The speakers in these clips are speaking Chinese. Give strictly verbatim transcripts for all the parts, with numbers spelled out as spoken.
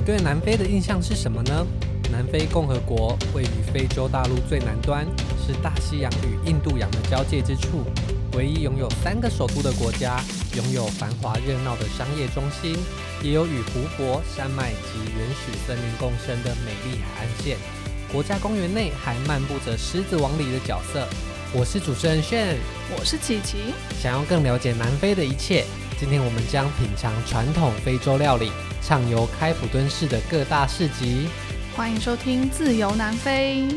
对南非的印象是什么呢？南非共和国位于非洲大陆最南端，是大西洋与印度洋的交界之处，唯一拥有三个首都的国家，拥有繁华热闹的商业中心，也有与湖泊、山脉及原始森林共生的美丽海岸线。国家公园内还漫步着狮子王里的角色。我是主持人炫， 我是琪琪。 想要更了解南非的一切，今天我们将品尝传统非洲料理，畅游开普敦市的各大市集。 欢迎收听自由南非。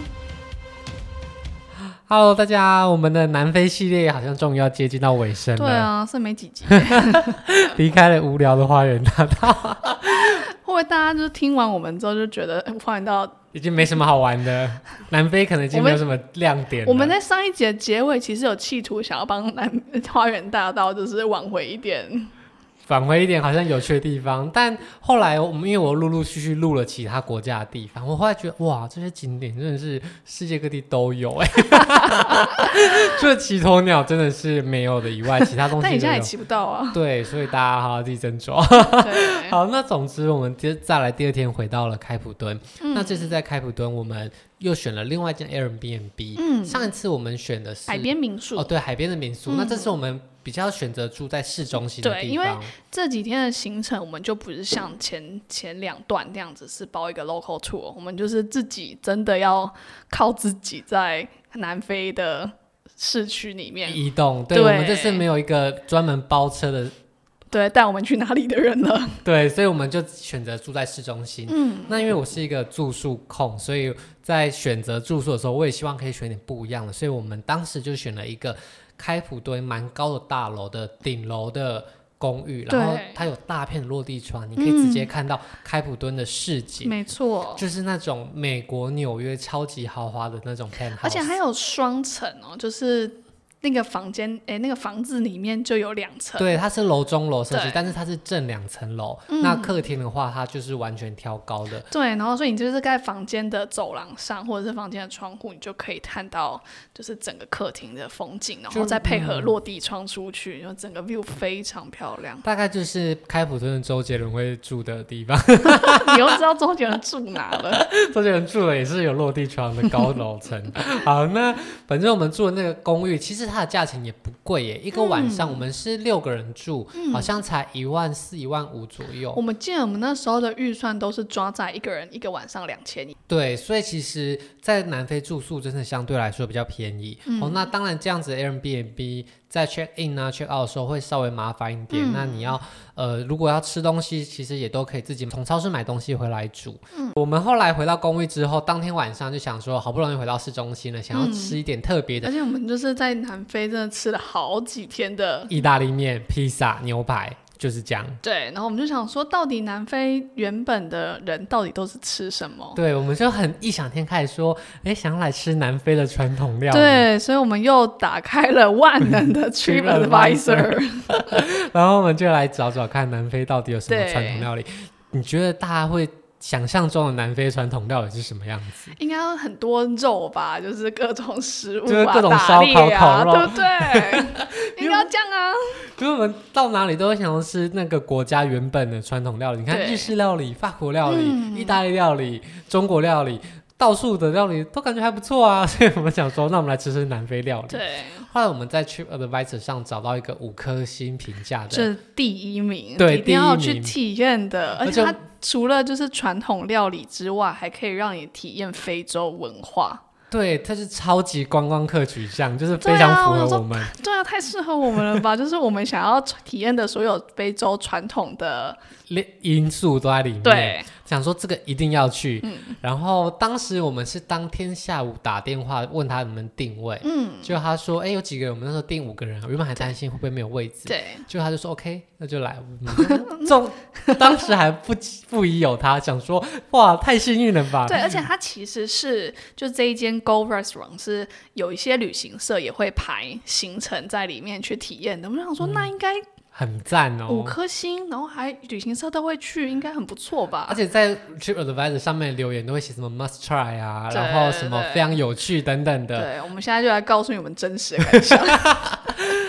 Hello， 大家，我们的南非系列好像终于要接近到尾声了。 对啊，剩没几集。 离开了无聊的花园大道。 会不会大家就是听完我们之后就觉得花园大道已经没什么好玩的，南非可能已经没有什么亮点了。 我们在上一节结尾其实有企图想要帮南花园大道就是挽回一点。 返回一点好像有趣的地方，但后来我们因为我陆陆续续录了其他国家的地方，我后来觉得哇，这些景点真的是世界各地都有哎、欸，除了骑鸵鸟真的是没有的以外，其他东西但你现在也骑不到啊。 对，所以大家好好自己斟酌。好，那总之我们再来第二天回到了开普敦、嗯、那这次在开普敦我们又选了另外一间 Airbnb、嗯、上一次我们选的是海边民宿。 哦，对，海边的民宿、嗯、那这次我们比较选择住在市中心的地方。 对，因为这几天的行程我们就不是像前前两段那样子是包一个 local tour， 我们就是自己真的要靠自己在南非的市区里面移动。 对, 对，我们这次没有一个专门包车的对带我们去哪里的人了。 对，所以我们就选择住在市中心。嗯，那因为我是一个住宿控，所以在选择住宿的时候我也希望可以选点不一样的，所以我们当时就选了一个开普敦蛮高的大楼的顶楼的公寓，然后它有大片的落地窗，你可以直接看到开普敦的市景。 没错， 就是那种美国纽约超级豪华的那种 penthouse， 而且还有双层哦，就是那个房间，哎，那个房子里面就有两层。 对，它是楼中楼设计，但是它是正两层楼、嗯。那客厅的话，它就是完全挑高的。 对，然后所以你就是在房间的走廊上，或者是房间的窗户，你就可以看到就是整个客厅的风景，然后再配合落地窗出去，然后整个 view 非常漂亮。 大概就是开普敦的周杰伦会住的地方。 你又知道周杰伦住哪了？ 周杰伦住的也是有落地窗的高楼层。好，那反正我们住的那个公寓，其实它的价钱也不贵耶，一个晚上我们是六个人住、嗯、好像才一万四一万五左右。 我们记得我们那时候的预算都是抓在一个人一个晚上两千。 对，所以其实在南非住宿真的相对来说比较便宜、嗯哦、那当然这样子的 Airbnb 在 check in 啊 check out 的时候会稍微麻烦一点、嗯、那你要呃如果要吃东西其实也都可以自己从超市买东西回来煮、嗯、我们后来回到公寓之后当天晚上就想说好不容易回到市中心了，想要吃一点特别的、 嗯、而且我们就是在南非真的吃了好几天的意大利面、披萨、牛排，就是这样。 对，然后我们就想说到底南非原本的人到底都是吃什么。 对，我们就很异想天开说哎，想要来吃南非的传统料理。 对，所以我们又打开了万能的 TripAdvisor 然后我们就来找找看南非到底有什么传统料理。你觉得大家会想象中的南非传统料理是什么样子？ 应该很多肉吧，就是各种食物啊， 就是各种烧烤、烤肉， 对不对？应该要这样啊。 就是我们到哪里都会想要吃那个国家原本的传统料理。你看日式料理、法国料理、嗯、意大利料理、中国料理，到处的料理都感觉还不错啊。所以我们想说，那我们来吃吃南非料理。 对。 后来我们在 TripAdvisor 上找到一个五颗星评价的， 这第一名， 对， 一定要去体验的。而且它除了就是传统料理之外，还可以让你体验非洲文化。 对，它是超级观光客取向，就是非常符合我们。 对啊，太适合我们了吧？就是我们想要体验的所有非洲传统的因素都在里面。 对， 想说这个一定要去、嗯、然后当时我们是当天下午打电话问他能不能定位，嗯，就他说哎，有几个人，我们那时候订五个人，原本还担心会不会没有位置， 对， 就他就说 OK 那就来。中当时还不不疑有他，想说哇太幸运了吧。 对，而且他其实是就这一间 Go Restaurant 是有一些旅行社也会排行程在里面去体验的。我们想说、嗯、那应该很赞哦， 五颗星，然后还旅行社都会去，应该很不错吧。 而且在 TripAdvisor 上面留言都会写什么 must try 啊，然后什么非常有趣等等的。 对，我们现在就来告诉你们真实的感想。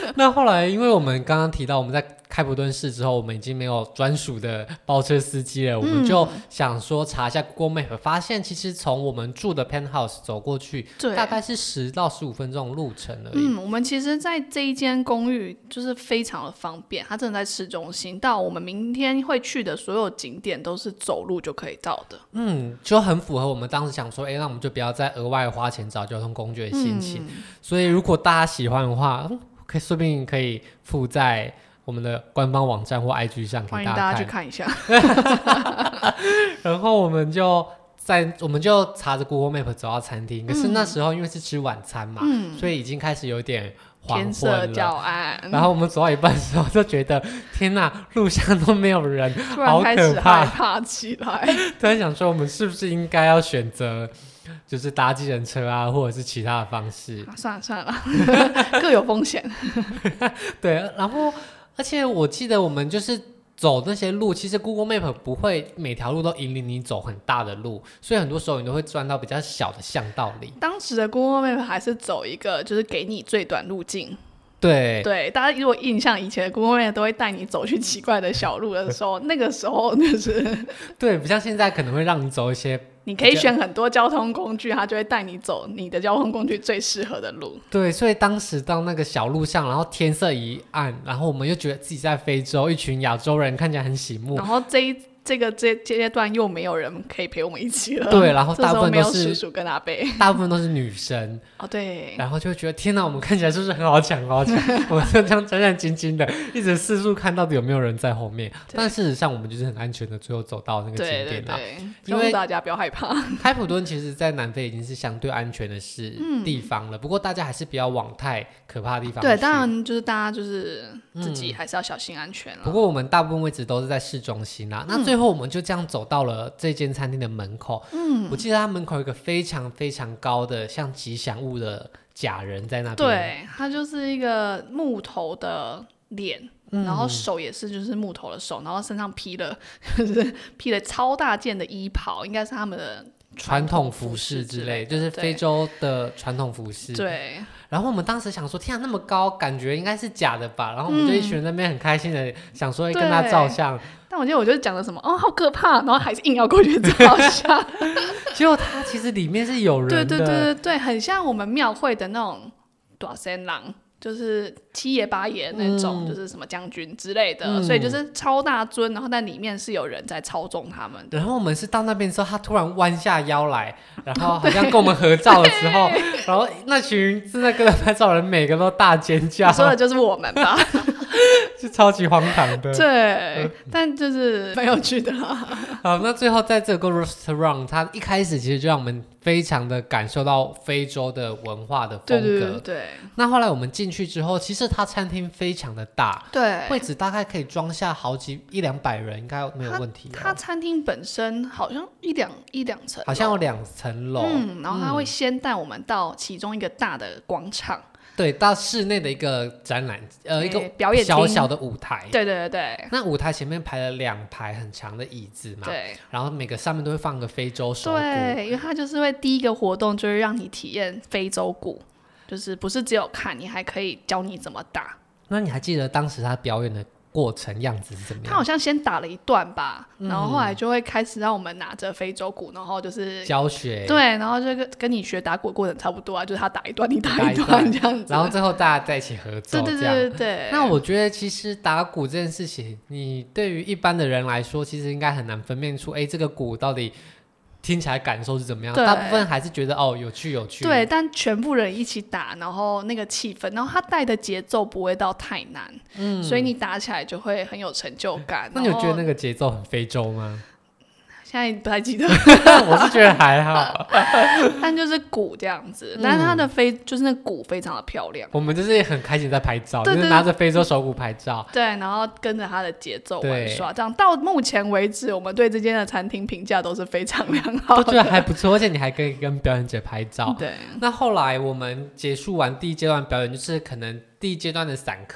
那后来，因为我们刚刚提到我们在开普敦市之后，我们已经没有专属的包车司机了，嗯、我们就想说查一下 Google Map， 发现其实从我们住的 Penthouse 走过去，大概是十到十五分钟的路程而已。 嗯，我们其实在这一间公寓就是非常的方便，它真的在市中心，到我们明天会去的所有景点都是走路就可以到的。 嗯，就很符合我们当时想说，哎，那我们就不要再额外花钱找交通工具的心情。嗯、所以如果大家喜欢的话，嗯、可以说不定可以附在我们的官方网站或 I G 上给大家看， 欢迎大家去看一下。 然后我们就在我们就查着 Google Map 走到餐厅，可是那时候因为是吃晚餐嘛，嗯、所以已经开始有点黄昏了，天色较暗。 然后我们走到一半的时候就觉得，天哪，路上都没有人， 突然开始害怕起来。 突然想说，我们是不是应该要选择？就是搭计程车啊，或者是其他的方式。 啊、算了算了，各有风险。 对，然后而且我记得我们就是走那些路，其实 Google Map 不会每条路都引领你走很大的路，所以很多时候你都会钻到比较小的巷道里。 当时的 Google Map 还是走一个就是给你最短路径。 对对，大家如果印象以前的 Google Map 都会带你走去奇怪的小路的时候，那个时候就是对，不像现在可能会让你走一些。 你可以选很多交通工具，它就会带你走你的交通工具最适合的路。 对，所以当时到那个小路上，然后天色一暗，然后我们又觉得自己在非洲，一群亚洲人看起来很醒目。 然后这一这个这阶段又没有人可以陪我们一起了。 对，然后大部分都是这时候没有叔叔跟阿伯， 大部分都是女生。 哦，对。 然后就觉得天哪，我们看起来是不是很好抢，很好抢？我们就这样战战兢兢的，一直四处看到底有没有人在后面。但事实上，我们就是很安全的，最后走到那个景点啦。 对对对，因为大家不要害怕。 开普敦其实在南非已经是相对安全的是地方了，嗯、不过大家还是不要往太可怕的地方去。 对，当然就是大家就是自己还是要小心安全了。 不过我们大部分位置都是在市中心啦，嗯、那最后我们就这样走到了这间餐厅的门口。嗯，我记得它门口有一个非常非常高的像吉祥物的假人在那边。 对，它就是一个木头的脸。嗯、然后手也是就是木头的手，然后身上披了就是披了超大件的衣袍，应该是他们的传统服饰之类，就是非洲的传统服饰。 对。 然后我们当时想说，天啊，那么高，感觉应该是假的吧？然后我们就一群人在那边很开心的想说跟他照相。 但我记得我就讲了什么，哦，好可怕，然后还是硬要过去照相。 结果他其实里面是有人的。 对对对对对，很像我们庙会的那种大仙郎。就是七爷八爷那种、嗯、就是什么将军之类的、嗯、所以就是超大尊，然后但里面是有人在操纵他们的。 然后我们是到那边的时候，他突然弯下腰来，然后好像跟我们合照的时候，然后那群正在跟他拍照的人每个都大尖叫。 你说的就是我们吧？ 是超级荒唐的。 对，但就是蛮有趣的啦。 好，那最后在这个 restaurant 它一开始其实就让我们非常的感受到非洲的文化的风格。 对对对。 那后来我们进去之后，其实它餐厅非常的大， 对， 位置大概可以装下好几一两百人，应该没有问题、哦。 它餐厅本身好像一两一两层， 好像有两层楼。 嗯，然后它会先带我们到其中一个大的广场。 对，到室内的一个展览，呃，一个表演小小的舞台。 对对对对。 那舞台前面排了两排很长的椅子嘛， 对。 然后每个上面都会放个非洲手鼓。 对，因为它就是会第一个活动就是让你体验非洲鼓，就是不是只有看，你还可以教你怎么打。 那你还记得当时他表演的过程样子是怎么样？ 他好像先打了一段吧、嗯、然后后来就会开始让我们拿着非洲鼓，然后就是教学。 对，然后就 跟, 跟你学打鼓的过程差不多啊，就是他打一段你打一段这样子， 然后最后大家在一起合奏。 对对对对对。 那我觉得其实打鼓这件事情，你对于一般的人来说其实应该很难分辨出哎，这个鼓到底听起来感受是怎么样？大部分还是觉得哦有趣有趣。 对，但全部人一起打，然后那个气氛，然后他带的节奏不会到太难，嗯，所以你打起来就会很有成就感。 那你有觉得那个节奏很非洲吗？ 现在不太记得。 我是觉得还好。 但就是鼓这样子，但是它的非就是那鼓非常的漂亮。 我们就是很开心在拍照， 对对对， 就是拿着非洲手鼓拍照。 对，然后跟着它的节奏玩耍，这样到目前为止，我们对这间的餐厅评价都是非常良好的， 都觉得还不错，而且你还可以跟表演者拍照。 对。 那后来我们结束完第一阶段表演，就是可能第一阶段的散客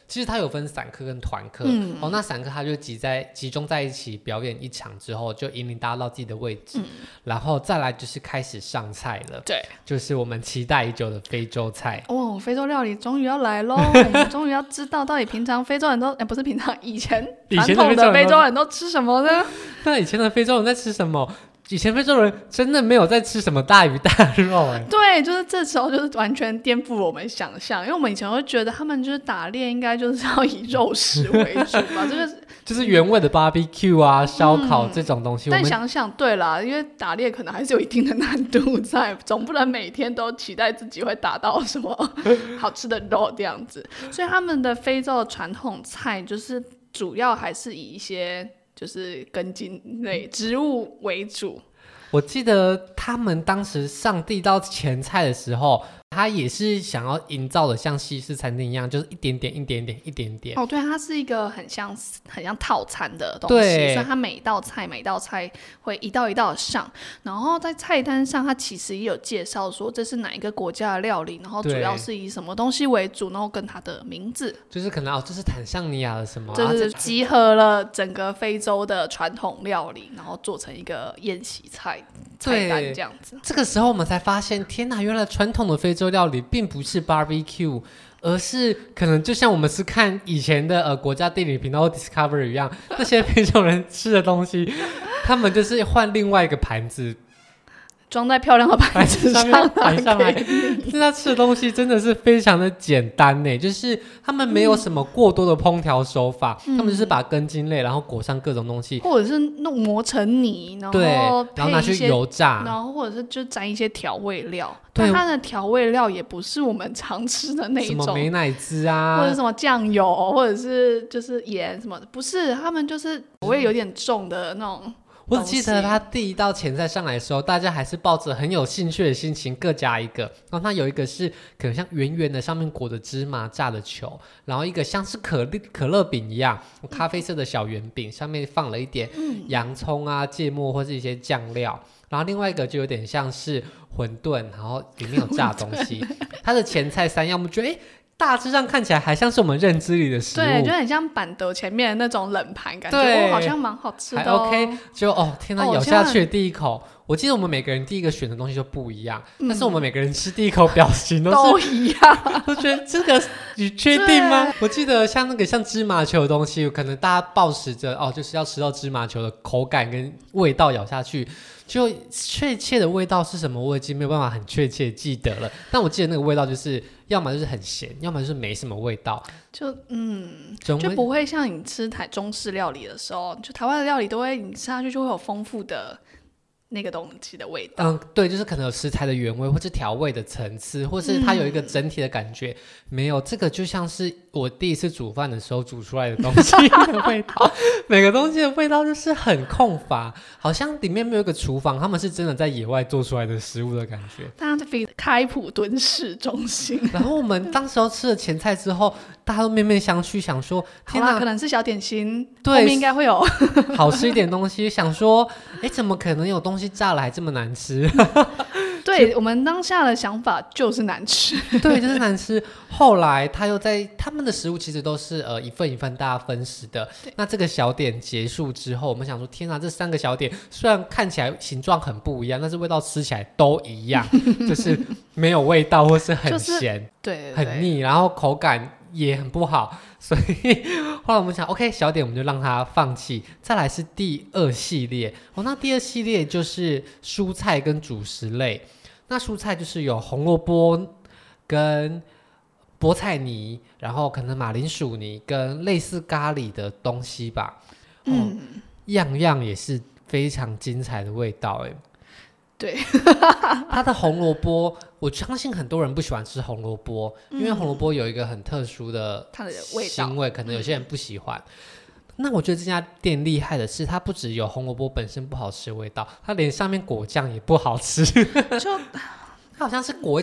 其实它有分散客跟团客、 嗯、 哦，那散客它就集在集中在一起表演一场之后，就引领大家到自己的位置、嗯、然后再来就是开始上菜了， 对， 就是我们期待已久的非洲菜哦，非洲料理终于要来咯我们终于要知道到底平常非洲人都哎不是平常以前传统的非洲人都吃什么呢？ 那以前的非洲人在吃什么？以前非洲人真的没有在吃什么大鱼大肉哎、欸， 对，就是这时候就是完全颠覆我们想象，因为我们以前会觉得他们就是打猎应该就是要以肉食为主吧，这个就是原味的 barbecue 啊、烧、嗯、烤这种东西。 但想想对啦，因为打猎可能还是有一定的难度在，总不能每天都期待自己会打到什么好吃的肉这样子，所以他们的非洲的传统菜就是主要还是以一些。就是根茎类植物为主。 我记得他们当时上第一道前菜的时候，他也是想要营造的像西式餐厅一样，就是一点点一点点一点点。 哦，对，它是一个很像很像套餐的东西，所以它每一道菜每一道菜会一道一道的上，然后在菜单上它其实也有介绍说这是哪一个国家的料理，然后主要是以什么东西为主，然后跟它的名字， 就是可能哦，这是坦桑尼亚的什么， 就是集合了整个非洲的传统料理，然后做成一个宴席菜菜单这样子。 这个时候我们才发现，天哪，原来传统的非洲料理并不是 barbecue， 而是可能就像我们是看以前的呃国家地理频道或 Discovery 一样，那些非洲人吃的东西，他们就是换另外一个盘子。 装在漂亮的盘子上摆上来，现在吃的东西真的是非常的简单呢，就是他们没有什么过多的烹调手法、嗯、他们就是把根茎类然后裹上各种东西， 或者是弄磨成泥，然后对，然后拿去油炸， 然后或者是就沾一些调味料，但它的调味料也不是我们常吃的那一种， 什么美乃滋啊， 或者什么酱油，或者是就是盐什么的，不是，他们就是口味有点重的那种。 我记得他第一道前菜上来的时候，大家还是抱着很有兴趣的心情各加一个，然后它有一个是可能像圆圆的上面裹着芝麻炸的球，然后一个像是可可乐饼一样咖啡色的小圆饼，上面放了一点洋葱啊芥末或是一些酱料，然后另外一个就有点像是馄饨，然后里面有炸东西它的前菜三样我们觉得哎大致上看起来还像是我们认知里的食物， 对，就很像板德前面的那种冷盘，感觉哦，好像蛮好吃的哦，还 OK， 就哦天哪，咬下去的第一口，我记得我们每个人第一个选的东西就不一样、嗯、但是我们每个人吃第一口表情都是都一样， 都觉得这个你确定吗？我记得像那个像芝麻球的东西，可能大家抱持着哦就是要吃到芝麻球的口感跟味道咬下去，就确切的味道是什么我已经没有办法很确切记得了，但我记得那个味道就是要么就是很咸，要么就是没什么味道， 就嗯就不会像你吃台中式料理的时候，就台湾的料理都会你吃下去就会有丰富的那个东西的味道， 嗯，对，就是可能有食材的原味或是调味的层次，或是它有一个整体的感觉、嗯、没有这个就像是我第一次煮饭的时候煮出来的东西的味道每个东西的味道就是很空乏，好像里面没有一个厨房，他们是真的在野外做出来的食物的感觉， 大家比开普敦市中心然后我们当时候吃了前菜之后大家都面面相觑，想说天哪， 可能是小点心， 对， 后面应该会有好吃一点东西想说哎，怎么可能有东西炸了还这么难吃对，我们当下的想法就是难吃对，就是难吃后来他又在他们的食物其实都是呃一份一份大家分食的，那这个小点结束之后我们想说天哪，这三个小点虽然看起来形状很不一样，但是味道吃起来都一样就是没有味道或是很咸、就是、 对, 对, 对很腻，然后口感也很不好，所以后来我们想 OK 小点我们就让它放弃，再来是第二系列、哦、那第二系列就是蔬菜跟主食类，那蔬菜就是有红萝卜跟菠菜泥，然后可能马铃薯泥跟类似咖喱的东西吧、哦、嗯，样样也是非常精彩的味道耶， 对它的红萝卜我相信很多人不喜欢吃红萝卜、嗯、因为红萝卜有一个很特殊的腥味，可能有些人不喜欢、嗯、那我觉得这家店厉害的是它不只有红萝卜本身不好吃的味道，它连上面果酱也不好吃就它好像是裹一种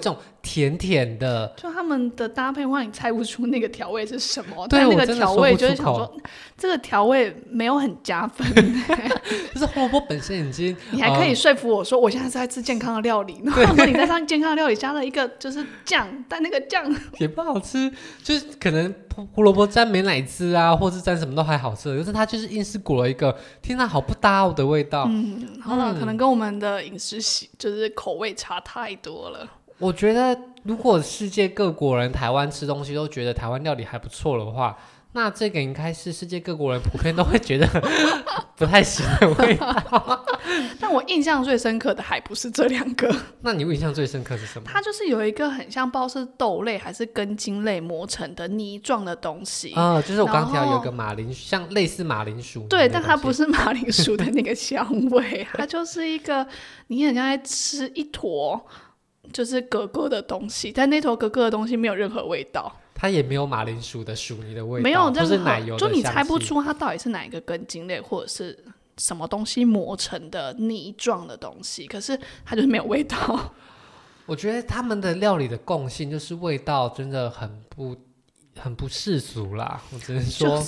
甜甜的， 就他们的搭配的话，你猜不出那个调味是什么， 对但那个我真的调味说不出就是想说口， 这个调味没有很加分。 就是胡萝卜本身已经， 你还可以呃说服我说我现在是在吃健康的料理，然后说你在上健康的料理加了一个就是酱，但那个酱也不好吃，就是可能胡胡萝卜沾美乃滋啊，或是沾什么都还好吃，可是它就是硬是裹了一个，天哪，好不搭哦的味道。 嗯，好了， 嗯可能跟我们的饮食习就是口味差太多了。 我觉得，如果世界各国人台湾吃东西都觉得台湾料理还不错的话，那这个应该是世界各国人普遍都会觉得不太行的味道。 但我印象最深刻的还不是这两个， 那你印象最深刻是什么？ 它就是有一个很像不知道是豆类还是根茎类磨成的泥状的东西。 啊、呃，就是我刚提到然后有一个马铃薯，像类似马铃薯。 对，但它不是马铃薯的那个香味，它就是一个你很像在吃一坨就是格格的东西，但那坨格格的东西没有任何味道。 它也没有马铃薯的薯泥的味道， 没有任或是奶油何， 的就你猜不香气出它到底是哪一个根茎类或者是什么东西磨成的泥状的东西，可是它就是没有味道。 我觉得他们的料理的共性就是味道真的很不很不世俗啦，我只能说， 就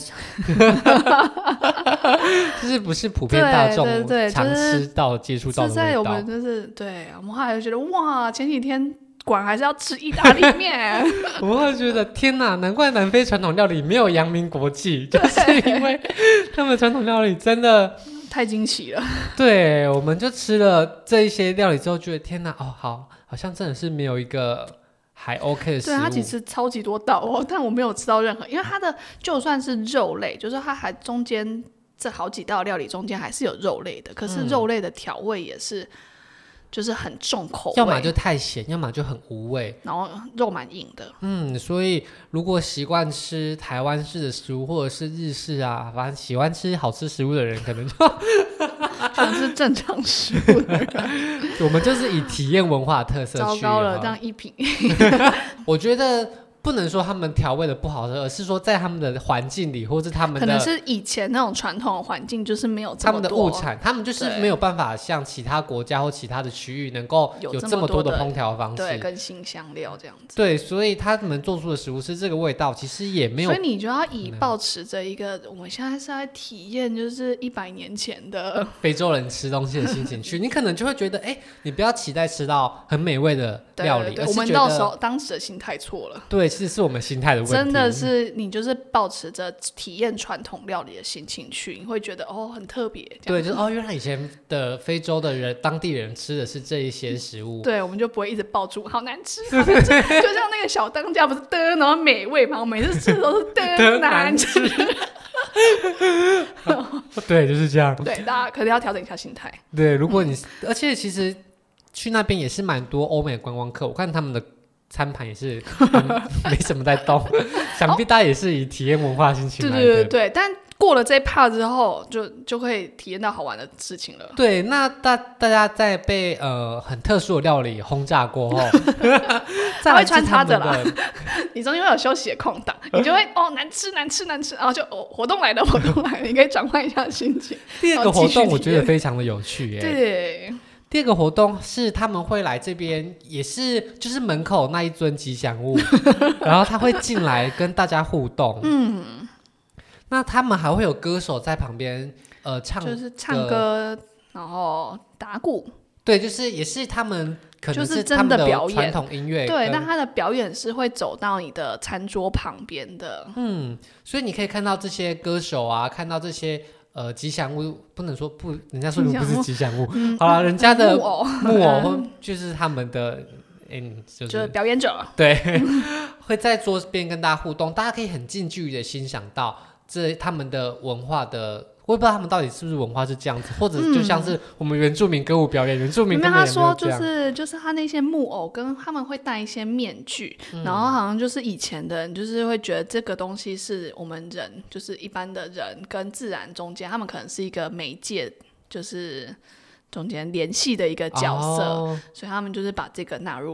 就是不是普遍大众对对对常就是吃到、接触到的是在我味道。 们就是对我们后来就觉得哇，前几天果然还是要吃意大利面。 我们会觉得天哪，难怪南非传统料理没有扬名国际，就是因为他们传统料理真的太惊喜了。 对，我们就吃了这一些料理之后，觉得天哪，哦，好，好像真的是没有一个还 OK 的食物。 对，它其实超级多道哦，但我没有吃到任何，因为它的就算是肉类，就是它还中间这好几道料理中间还是有肉类的，可是肉类的调味也是。就是很重口味， 要么就太咸，要么就很无味， 然后肉蛮硬的。 嗯，所以如果习惯吃台湾式的食物，或者是日式啊，反正喜欢吃好吃食物的人，可能就可能是正常食物的人。 我们就是以体验文化特色去。 糟糕了，这样一品。 我觉得不能说他们调味的不好吃，而是说在他们的环境里，或是他们的可能是以前那种传统的环境，就是没有这他们的么多物产，他们就是没有办法像其他国家或其他的区域能够有这么多的烹调方式， 对，跟新香料这样子。 对，所以他们做出的食物是这个味道，其实也没有。 所以你就要以抱持着一个，我们现在是在体验，就是一百年前的非洲人吃东西的心情去，你可能就会觉得，哎、欸，你不要期待吃到很美味的料理， 对对对，我们到时候当时的心态错了。 对，其实是我们心态的问题。 真的是你就是抱持着体验传统料理的心情去，你会觉得哦很特别。 对，就是哦，原来以前的非洲的人、当地人吃的是这一些食物。 对，我们就不会一直爆住好难吃，好难吃。就像那个小当家不是的，然后美味嘛，我每次吃的都是的难吃。 对，就是这样。 对，大家可能要调整一下心态。 对，如果你、嗯，而且其实去那边也是蛮多欧美的观光客，我看他们的餐盘也是没什么在动，想必大家也是以体验文化心情来的。 对对对对，但过了这一 part 之后，就就会体验到好玩的事情了。 对，那大大家在被呃很特殊的料理轰炸过后， 它会穿插着啦，你中间会有休息的空档，你就会哦难吃难吃难吃，然后就哦活动来了活动来了，你可以转换一下心情。 第二个活动我觉得非常的有趣耶。 对。 第二个活动是他们会来这边，也是就是门口那一尊吉祥物，然后他会进来跟大家互动。嗯，那他们还会有歌手在旁边，呃，唱就是唱歌，然后打鼓。 对，就是也是他们可能是他们的表演传统音乐。 对，但他的表演是会走到你的餐桌旁边的。 嗯，所以你可以看到这些歌手啊，看到这些。呃，吉祥物不能说不，人家说你不是吉祥物，嗯、好了，人家的木偶， 木偶就是他们的，嗯，就是、 就是表演者， 对，会在桌边跟大家互动，大家可以很近距离的欣赏到这他们的文化的。我也不知道他们到底是不是文化是这样子，或者就像是我们原住民歌舞表演，嗯、原住民根本也没有这样。 他说就是就是他那些木偶跟他们会戴一些面具，嗯、然后好像就是以前的人就是会觉得这个东西是我们人，就是一般的人跟自然中间，他们可能是一个媒介，就是中间联系的一个角色，哦、所以他们就是把这个纳入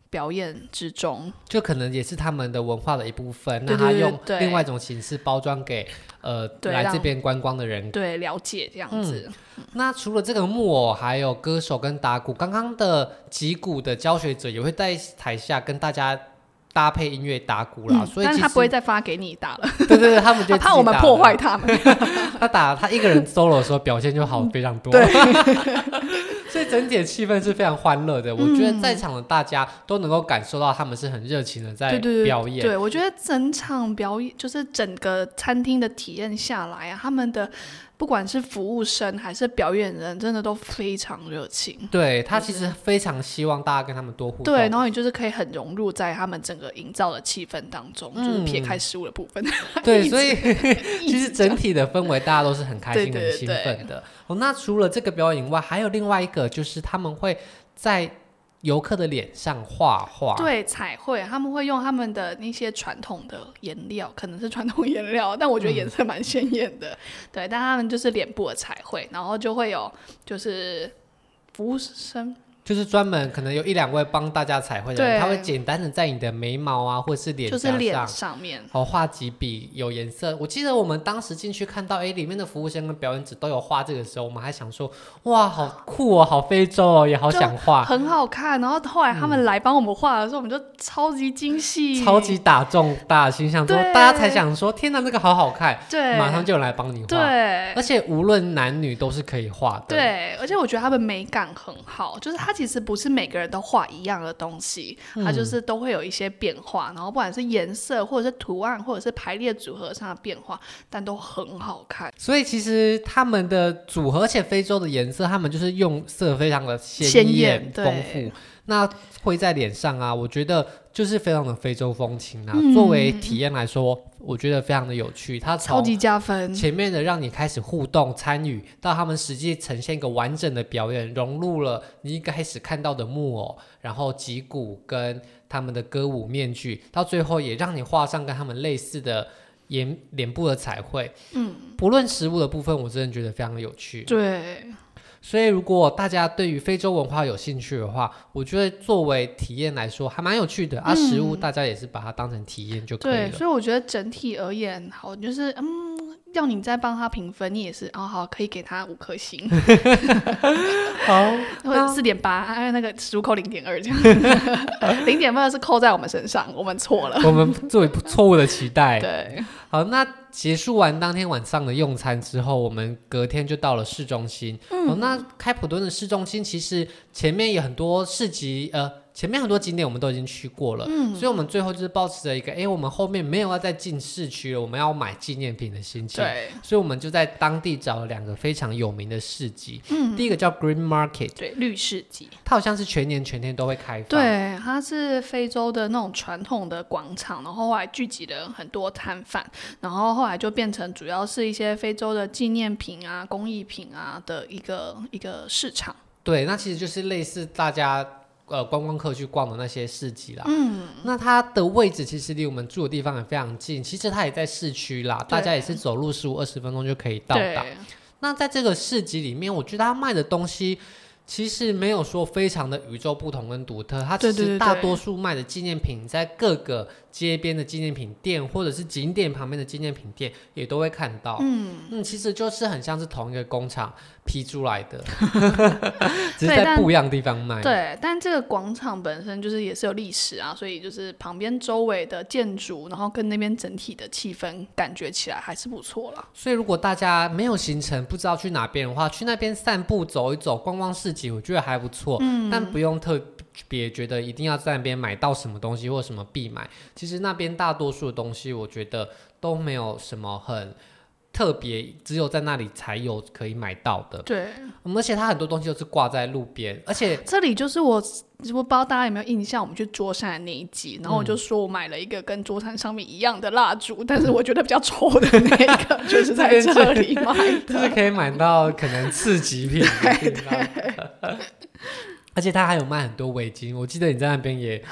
表演之中， 就可能也是他们的文化的一部分。 对对对对， 那他用另外一种形式包装给呃来这边观光的人， 对，了解这样子。 嗯、那除了这个木偶，还有歌手跟打鼓，刚刚的击鼓的教学者也会在台下跟大家搭配音乐打鼓啦、嗯、所以但是他不会再发给你打了。 对对对，他们就他怕我们破坏他们。 他打他一个人 solo 的时候表现就好非常多。 对。 所以整体的气氛是非常欢乐的、嗯、我觉得在场的大家都能够感受到他们是很热情的在表演。 对, 对, 对, 对，我觉得整场表演就是整个餐厅的体验下来啊，他们的不管是服务生还是表演人真的都非常热情。 对，他其实非常希望大家跟他们多互动。 对，然后你就是可以很融入在他们整个营造的气氛当中、嗯、就是撇开食物的部分。 对，所以其实整体的氛围大家都是很开心很兴奋的。对对对对、哦、那除了这个表演以外，还有另外一个就是他们会在游客的脸上画画。 对，彩绘，他们会用他们的那些传统的颜料，可能是传统颜料，但我觉得颜色蛮鲜艳的、嗯、对，但他们就是脸部的彩绘，然后就会有就是服务生， 就是专门可能有一两位帮大家彩绘的人，他会简单的在你的眉毛啊或者是脸颊上， 就是脸上面哦画几笔有颜色。我记得我们当时进去看到，哎，里面的服务生跟表演者都有画这个时候，我们还想说，哇，好酷哦，好非洲哦，也好想画， 很好看。然后后来他们来帮我们画的时候、嗯，我们就超级惊喜， 超级打中大家心，想说大家才想说，天哪，那个好好看， 对， 马上就有人来帮你画。 对， 而且无论男女都是可以画的。 对，而且我觉得他们美感很好，就是他其实不是每个人都画一样的东西，它就是都会有一些变化、嗯、然后不管是颜色或者是图案或者是排列组合上的变化，但都很好看。 所以其实他们的组合，而且非洲的颜色他们就是用色非常的鲜艳丰富，那会在脸上啊，我觉得就是非常的非洲风情啊、嗯、作为体验来说我觉得非常的有趣，它超级加分。 前面的让你开始互动参与，到他们实际呈现一个完整的表演，融入了你一开始看到的木偶，然后击鼓跟他们的歌舞面具，到最后也让你画上跟他们类似的脸脸部的彩绘。嗯，不论食物的部分我真的觉得非常的有趣。 对， 所以如果大家对于非洲文化有兴趣的话，我觉得作为体验来说还蛮有趣的、嗯、啊，食物大家也是把它当成体验就可以了。 对，所以我觉得整体而言好，就是嗯，要你再帮他评分，你也是哦，好，可以给他五颗星。好，或者四点八，那个食物扣零点二这样。零点二是扣在我们身上，我们错了， 我们作为错误的期待。 对， 好，那结束完当天晚上的用餐之后，我们隔天就到了市中心。嗯，哦、那开普敦的市中心其实前面有很多市集，呃。前面很多景点我们都已经去过了、嗯、所以我们最后就是抱持着一个哎，我们后面没有要再进市区了，我们要买纪念品的心情。 对， 所以我们就在当地找了两个非常有名的市集、嗯、第一个叫 Green Market， 对，绿市集， 它好像是全年全天都会开放。 对，它是非洲的那种传统的广场，然后后来聚集了很多摊贩，然后后来就变成主要是一些非洲的纪念品啊工艺品啊的一个一个市场。 对，那其实就是类似大家呃，观光客去逛的那些市集啦，嗯，那它的位置其实离我们住的地方也非常近，其实它也在市区啦，大家也是走路十五二十分钟就可以到达。那在这个市集里面，我觉得它卖的东西其实没有说非常的与众不同跟独特，它其实大多数卖的纪念品在各个街边的纪念品店或者是景点旁边的纪念品店也都会看到。嗯嗯，其实就是很像是同一个工厂批出来的只是在不一样的地方卖。 对, 对，但这个广场本身就是也是有历史啊，所以就是旁边周围的建筑然后跟那边整体的气氛感觉起来还是不错啦。 所以如果大家没有行程不知道去哪边的话，去那边散步走一走逛逛市集我觉得还不错、嗯、但不用特别觉得一定要在那边买到什么东西或什么必买，其实那边大多数的东西我觉得都没有什么很特别，只有在那里才有可以买到的。 对、 嗯、而且它很多东西都是挂在路边，而且这里就是我我不知道大家有没有印象，我们去桌山的那一集，然后我就说我买了一个跟桌山上面一样的蜡烛、嗯、但是我觉得比较丑的那个就是在这里买的就是可以买到可能次级品的而且他还有卖很多围巾，我记得你在那边也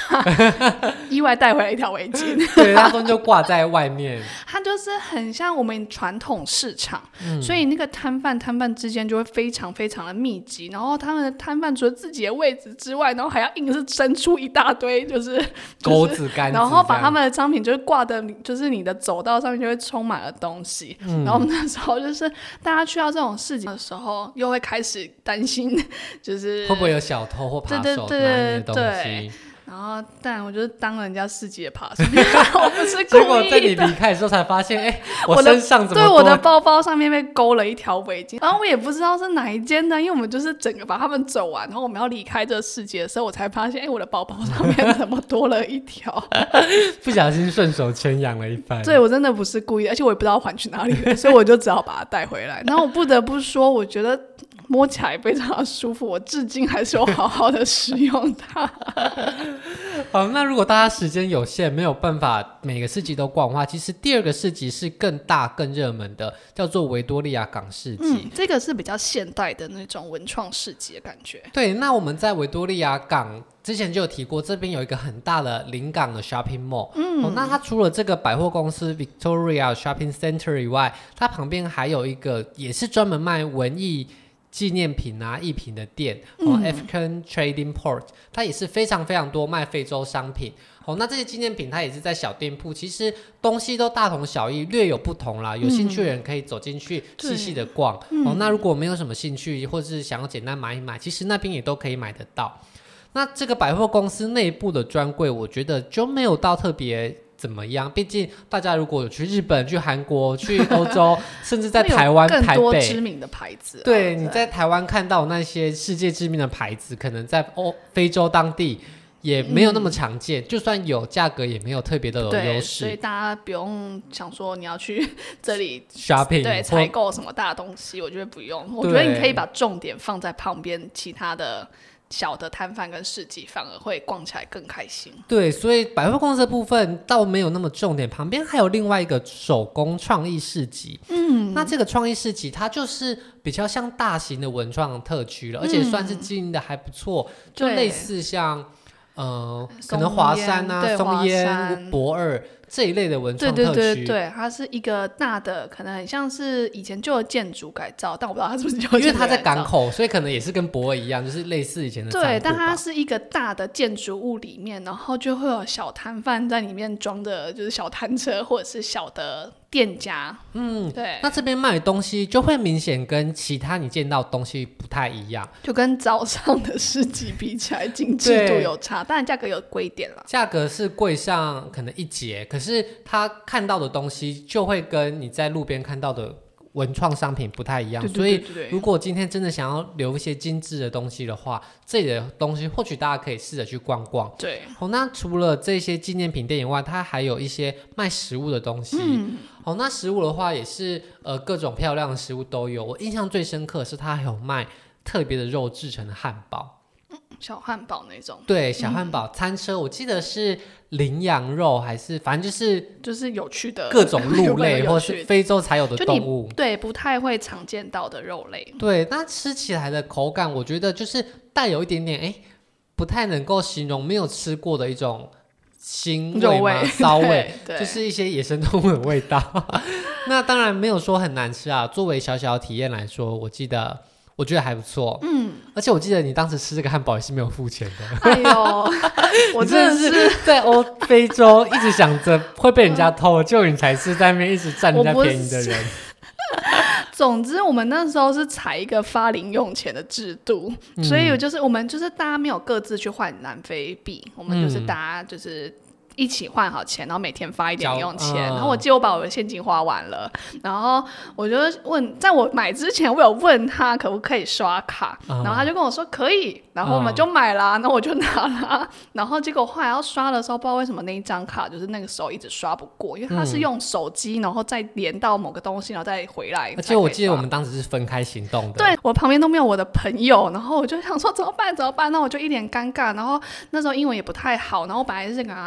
意外带回来一条围巾。 对，他说就挂在外面。 它就是很像我们传统市场、 嗯、 所以那个摊贩摊贩之间就会非常非常的密集，然后他们的摊贩除了自己的位置之外，然后还要硬是伸出一大堆就是钩子杆子， 然后把他们的商品就是挂的，就是你的走道上面就会充满了东西、嗯、然后我们那时候就是大家去到这种市集的时候又会开始担心就是会不会有小偷或扒手拿你的东西， 然后但我就是当人家市集的扒手我不是故意的。结果在你离开的时候才发现，哎，我身上怎么多， 对，我的包包上面被勾了一条围巾，然后我也不知道是哪一间的，因为我们就是整个把他们走完，然后我们要离开这个市集的时候，我才发现，哎，我的包包上面怎么多了一条不小心顺手牵羊了一番。 对，我真的不是故意的，而且我也不知道还去哪里了所以我就只好把它带回来。然后我不得不说，我觉得摸起来非常的舒服，我至今还是有好好的使用它好，那如果大家时间有限没有办法每个市集都逛的话，其实第二个市集是更大更热门的，叫做维多利亚港市集、 嗯、这个是比较现代的那种文创市集的感觉。 对，那我们在维多利亚港之前就有提过，这边有一个很大的临港的 shopping mall、嗯哦、那它除了这个百货公司 Victoria Shopping Center 以外，它旁边还有一个也是专门卖文艺纪念品啊艺品的店、哦嗯、African Trading Port， 它也是非常非常多卖非洲商品、哦、那这些纪念品它也是在小店铺，其实东西都大同小异，略有不同啦，有兴趣的人可以走进去细细的逛、嗯哦、那如果没有什么兴趣或是想要简单买一买，其实那边也都可以买得到。那这个百货公司内部的专柜我觉得就没有到特别怎么样，毕竟大家如果有去日本去韩国去欧洲甚至在台湾台北更多知名的牌子、啊、 对，你在台湾看到那些世界知名的牌子可能在欧非洲当地也没有那么常见、嗯、就算有价格也没有特别的有优势， 所以大家不用想说你要去这里 shopping 对采购什么大东西，我觉得不用，我觉得你可以把重点放在旁边其他的小的摊贩跟市集，反而会逛起来更开心。 对，所以百货公司的部分倒没有那么重点，旁边还有另外一个手工创意市集。嗯，那这个创意市集它就是比较像大型的文创特区了、嗯、而且算是经营的还不错，就类似像呃，可能华山啊、松烟、博二这一类的文创特区。 对对对对，它是一个大的，可能很像是以前旧的建筑改造，但我不知道它是不是旧的建筑改造， 因为它在港口，所以可能也是跟博二一样，就是类似以前的仓库吧。 对，但它是一个大的建筑物里面，然后就会有小摊贩在里面装的，就是小摊车或者是小的店家。嗯，对。 那这边卖的东西就会明显跟其他你见到的东西不太一样， 就跟早上的市集比起来，精致度有差，当然价格有贵一点啦。 价格是贵上可能一截，可是他看到的东西就会跟你在路边看到的文创商品不太一样。对对对对对，所以如果今天真的想要留一些精致的东西的话，这里的东西或许大家可以试着去逛逛。 对、 哦、那除了这些纪念品店以外，它还有一些卖食物的东西。嗯哦、那食物的话也是呃各种漂亮的食物都有，我印象最深刻的是它还有卖特别的肉制成的汉堡， 小汉堡那种。 对，小汉堡、嗯、餐车我记得是羚羊肉还是反正就是就是有趣的各种鹿类或是非洲才有的动物， 对，不太会常见到的肉类。 对，那吃起来的口感我觉得就是带有一点点哎，不太能够形容没有吃过的一种腥味吗？骚味，就是一些野生动物的味道那当然没有说很难吃啊，作为小小的体验来说，我记得我觉得还不错。嗯，而且我记得你当时吃这个汉堡也是没有付钱的。 哎呦，我真的是在欧非洲一直想着会被人家偷，就你才是在那边一直占人家便宜的人。 总之我们那时候是采一个发零用钱的制度、嗯、所以就是我们就是大家没有各自去换南非币，我们就是大家就是一起换好钱，然后每天发一点零用钱、嗯、然后我记得我把我的现金花完了，然后我就问，在我买之前我有问他可不可以刷卡、嗯、然后他就跟我说可以，然后我们就买啦，那、嗯、我就拿啦，然后结果后来要刷的时候不知道为什么那一张卡就是那个时候一直刷不过，因为他是用手机然后再连到某个东西然后再回来， 而且我记得我们当时是分开行动的， 对，我旁边都没有我的朋友，然后我就想说怎么办怎么办，那我就一脸尴尬，然后那时候英文也不太好，然后我本来是想跟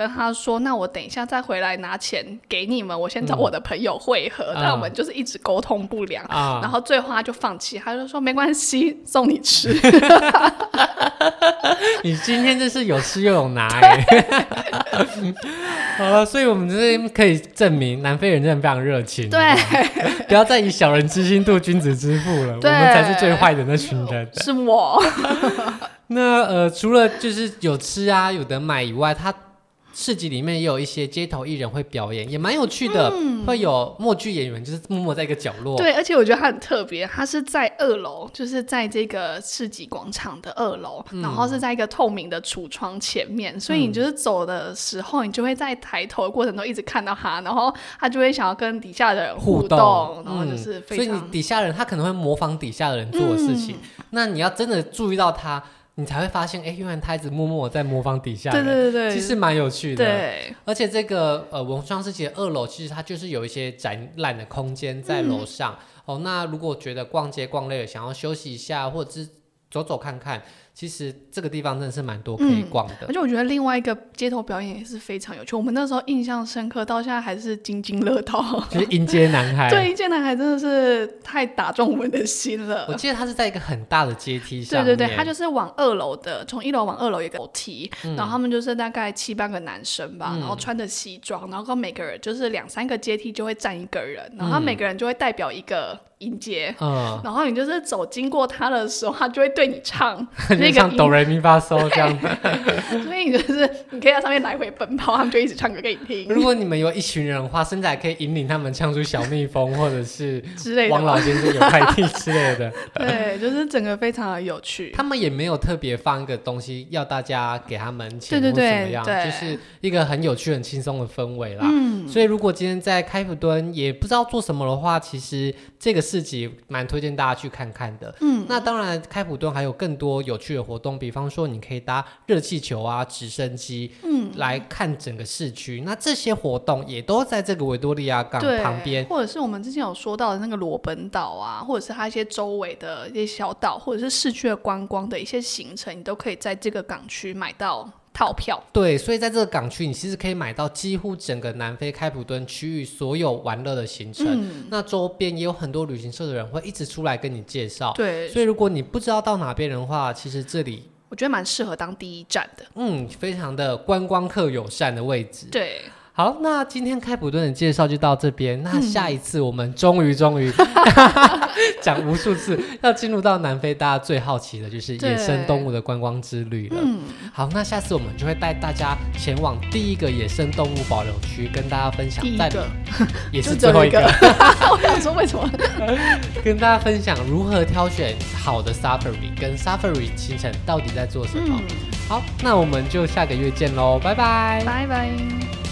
跟他说，那我等一下再回来拿钱给你们，我先找我的朋友会合，但、嗯、我们就是一直沟通不良、嗯、然后最后他就放弃，他就说没关系，送你吃。 你今天真是有吃又有拿耶。好了，所以我们这边可以证明南非人真的非常热情， 对， 不要再以小人之心度君子之腹了，我们才是最坏的那群人。 是我。 那呃，除了就是有吃啊有得买以外，他市集里面也有一些街头艺人会表演，也蛮有趣的、嗯、会有默剧演员就是默默在一个角落。 对，而且我觉得他很特别，他是在二楼，就是在这个市集广场的二楼、嗯、然后是在一个透明的橱窗前面，所以你就是走的时候、嗯、你就会在抬头的过程中一直看到他，然后他就会想要跟底下的人互动, 互动然后就是非常、 嗯、所以你底下人他可能会模仿底下的人做的事情、嗯、那你要真的注意到他，你才会发现，哎，原来他一直默默在模仿底下人， 对对对， 其实蛮有趣的。 对， 而且这个呃文创市集的二楼，其实它就是有一些展览的空间在楼上、嗯、哦。那如果觉得逛街逛累了，想要休息一下，或者是走走看看，其实这个地方真的是蛮多可以逛的、嗯、 而且我觉得另外一个街头表演也是非常有趣，我们那时候印象深刻，到现在还是津津乐道， 就是阴街男孩。 对，阴街男孩真的是太打中我们的心了。 我记得他是在一个很大的阶梯上面， 对对对，他就是往二楼的，从一楼往二楼有一个楼梯、嗯、然后他们就是大概七八个男生吧、嗯、然后穿着西装，然后每个人就是两三个阶梯就会站一个人，然后每个人就会代表一个音阶、嗯、然后你就是走经过他的时候，他就会对你唱那个像哆来咪发嗦这样子。 所以你就是你可以在上面来回奔跑，他们就一直唱歌给你听。 如果你们有一群人的话，甚至还可以引领他们唱出小蜜蜂或者是王老先生有快递之类的。 对，就是整个非常的有趣。 他们也没有特别放一个东西要大家给他们钱或怎么样，对对对，就是一个很有趣很轻松的氛围啦、嗯、所以如果今天在开普敦也不知道做什么的话，其实这个市集蛮推荐大家去看看的。嗯，那当然开普敦还有更多有趣的活动，比方说你可以搭热气球啊、直升机、嗯、来看整个市区，那这些活动也都在这个维多利亚港旁边， 或者是我们之前有说到的那个罗本岛啊，或者是它一些周围的一些小岛，或者是市区的观光的一些行程，你都可以在这个港区买到套票。 对，所以在这个港区你其实可以买到几乎整个南非开普敦区域所有玩乐的行程、嗯、那周边也有很多旅行社的人会一直出来跟你介绍。对，所以如果你不知道到哪边的话，其实这里我觉得蛮适合当第一站的。 嗯，非常的观光客友善的位置。 对， 好，那今天开普敦的介绍就到这边，那下一次我们终于终于讲无数次要进入到南非大家最好奇的就是野生动物的观光之旅了、嗯、好，那下次我们就会带大家前往第一个野生动物保留区，跟大家分享。第一个也是最后一个我想说为什么跟大家分享如何挑选好的 Safari 跟 Safari 行程到底在做什么、嗯、好，那我们就下个月见咯，拜拜拜拜。